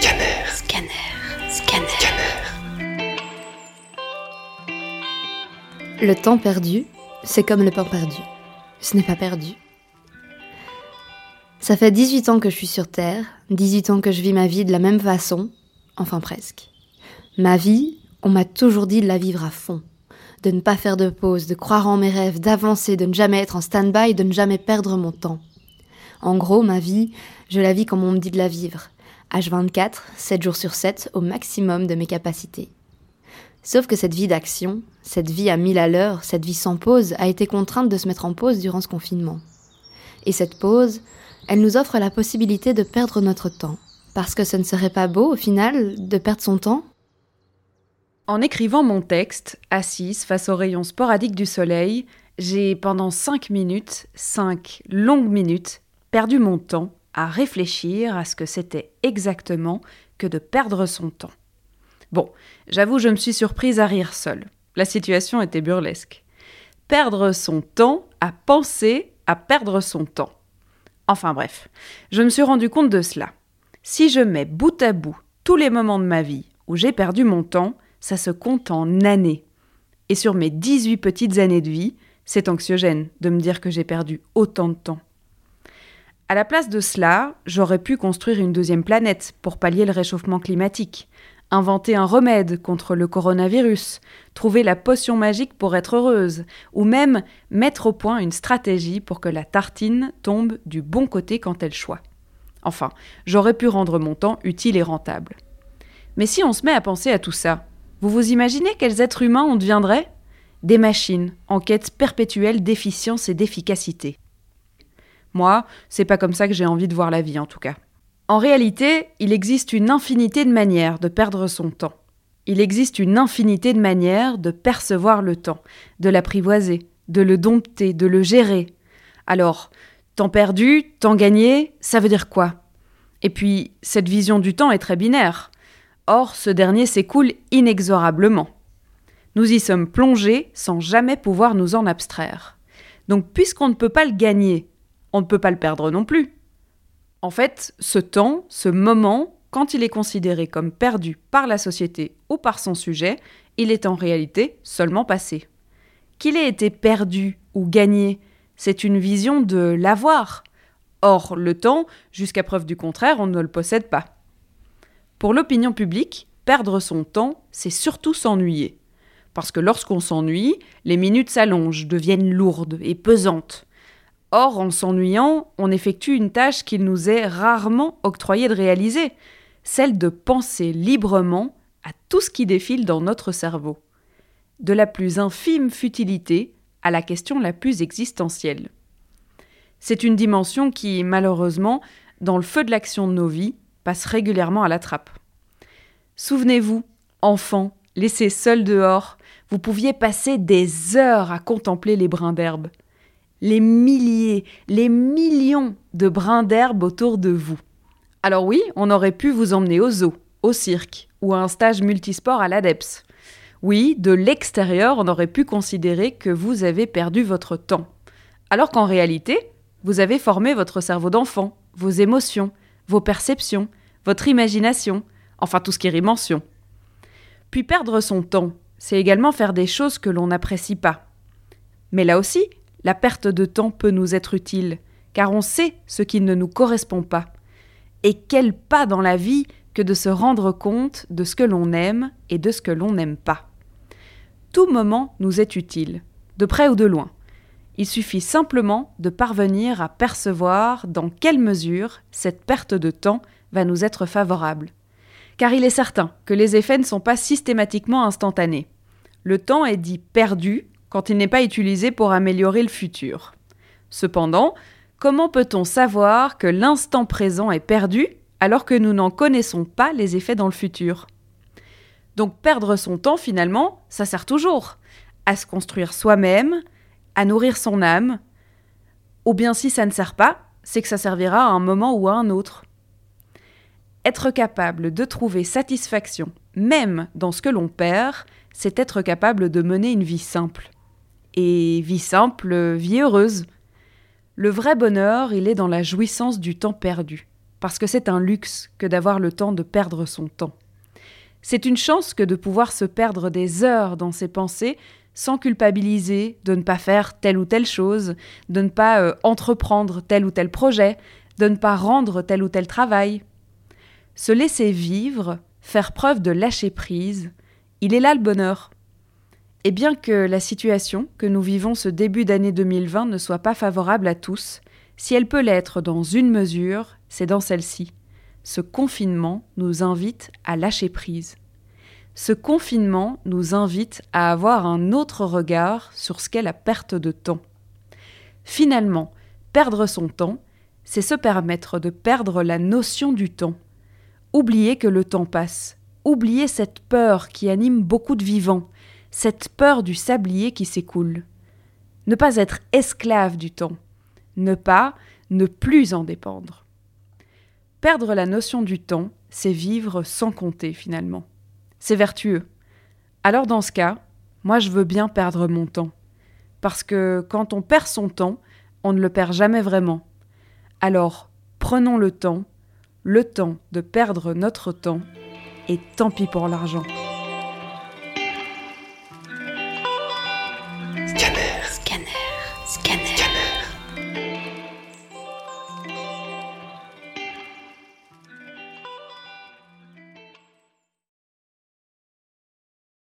Scanner. Le temps perdu, c'est comme le pain perdu. Ce n'est pas perdu. Ça fait 18 ans que je suis sur Terre, 18 ans que je vis ma vie de la même façon, enfin presque. Ma vie, on m'a toujours dit de la vivre à fond, de ne pas faire de pause, de croire en mes rêves, d'avancer, de ne jamais être en stand-by, de ne jamais perdre mon temps. En gros, ma vie, je la vis comme on me dit de la vivre. H24, 7 jours sur 7, au maximum de mes capacités. Sauf que cette vie d'action, cette vie à 1000 à l'heure, cette vie sans pause, a été contrainte de se mettre en pause durant ce confinement. Et cette pause, elle nous offre la possibilité de perdre notre temps. Parce que ce ne serait pas beau, au final, de perdre son temps ? En écrivant mon texte, assise face aux rayons sporadiques du soleil, j'ai pendant 5 longues minutes, perdu mon temps à réfléchir à ce que c'était exactement que de perdre son temps. Bon, j'avoue, je me suis surprise à rire seule. La situation était burlesque. Perdre son temps à penser à perdre son temps. Enfin bref, je me suis rendu compte de cela. Si je mets bout à bout tous les moments de ma vie où j'ai perdu mon temps, ça se compte en années. Et sur mes 18 petites années de vie, c'est anxiogène de me dire que j'ai perdu autant de temps. À la place de cela, j'aurais pu construire une deuxième planète pour pallier le réchauffement climatique, inventer un remède contre le coronavirus, trouver la potion magique pour être heureuse, ou même mettre au point une stratégie pour que la tartine tombe du bon côté quand elle choit. Enfin, j'aurais pu rendre mon temps utile et rentable. Mais si on se met à penser à tout ça, vous imaginez quels êtres humains on deviendrait ? Des machines, en quête perpétuelle d'efficience et d'efficacité. Moi, c'est pas comme ça que j'ai envie de voir la vie en tout cas. En réalité, il existe une infinité de manières de perdre son temps. Il existe une infinité de manières de percevoir le temps, de l'apprivoiser, de le dompter, de le gérer. Alors, temps perdu, temps gagné, ça veut dire quoi ? Et puis, cette vision du temps est très binaire. Or, ce dernier s'écoule inexorablement. Nous y sommes plongés sans jamais pouvoir nous en abstraire. Donc, puisqu'on ne peut pas le gagner, on ne peut pas le perdre non plus. En fait, ce temps, ce moment, quand il est considéré comme perdu par la société ou par son sujet, il est en réalité seulement passé. Qu'il ait été perdu ou gagné, c'est une vision de l'avoir. Or, le temps, jusqu'à preuve du contraire, on ne le possède pas. Pour l'opinion publique, perdre son temps, c'est surtout s'ennuyer. Parce que lorsqu'on s'ennuie, les minutes s'allongent, deviennent lourdes et pesantes. Or, en s'ennuyant, on effectue une tâche qu'il nous est rarement octroyé de réaliser, celle de penser librement à tout ce qui défile dans notre cerveau. De la plus infime futilité à la question la plus existentielle. C'est une dimension qui, malheureusement, dans le feu de l'action de nos vies, passe régulièrement à la trappe. Souvenez-vous, enfants, laissés seuls dehors, vous pouviez passer des heures à contempler les brins d'herbe. Les milliers, les millions de brins d'herbe autour de vous. Alors oui, on aurait pu vous emmener au zoo, au cirque ou à un stage multisport à l'ADEPS. Oui, de l'extérieur, on aurait pu considérer que vous avez perdu votre temps. Alors qu'en réalité, vous avez formé votre cerveau d'enfant, vos émotions, vos perceptions, votre imagination, enfin tout ce qui rime en sion. Puis perdre son temps, c'est également faire des choses que l'on n'apprécie pas. Mais là aussi, la perte de temps peut nous être utile, car on sait ce qui ne nous correspond pas. Et quel pas dans la vie que de se rendre compte de ce que l'on aime et de ce que l'on n'aime pas. Tout moment nous est utile, de près ou de loin. Il suffit simplement de parvenir à percevoir dans quelle mesure cette perte de temps va nous être favorable. Car il est certain que les effets ne sont pas systématiquement instantanés. Le temps est dit perdu quand il n'est pas utilisé pour améliorer le futur. Cependant, comment peut-on savoir que l'instant présent est perdu alors que nous n'en connaissons pas les effets dans le futur ? Donc perdre son temps, finalement, ça sert toujours à se construire soi-même, à nourrir son âme, ou bien si ça ne sert pas, c'est que ça servira à un moment ou à un autre. Être capable de trouver satisfaction, même dans ce que l'on perd, c'est être capable de mener une vie simple. Et vie simple, vie heureuse. Le vrai bonheur, il est dans la jouissance du temps perdu. parce que c'est un luxe que d'avoir le temps de perdre son temps. C'est une chance que de pouvoir se perdre des heures dans ses pensées sans culpabiliser de ne pas faire telle ou telle chose, de ne pas entreprendre tel ou tel projet, de ne pas rendre tel ou tel travail. Se laisser vivre, faire preuve de lâcher prise, il est là le bonheur. Et bien que la situation que nous vivons ce début d'année 2020 ne soit pas favorable à tous, si elle peut l'être dans une mesure, c'est dans celle-ci. Ce confinement nous invite à lâcher prise. Ce confinement nous invite à avoir un autre regard sur ce qu'est la perte de temps. Finalement, perdre son temps, c'est se permettre de perdre la notion du temps. Oublier que le temps passe. Oublier cette peur qui anime beaucoup de vivants, cette peur du sablier qui s'écoule. Ne pas être esclave du temps. Ne plus en dépendre. Perdre la notion du temps, c'est vivre sans compter finalement. C'est vertueux. Alors dans ce cas, moi je veux bien perdre mon temps. Parce que quand on perd son temps, on ne le perd jamais vraiment. Alors prenons le temps de perdre notre temps, et tant pis pour l'argent.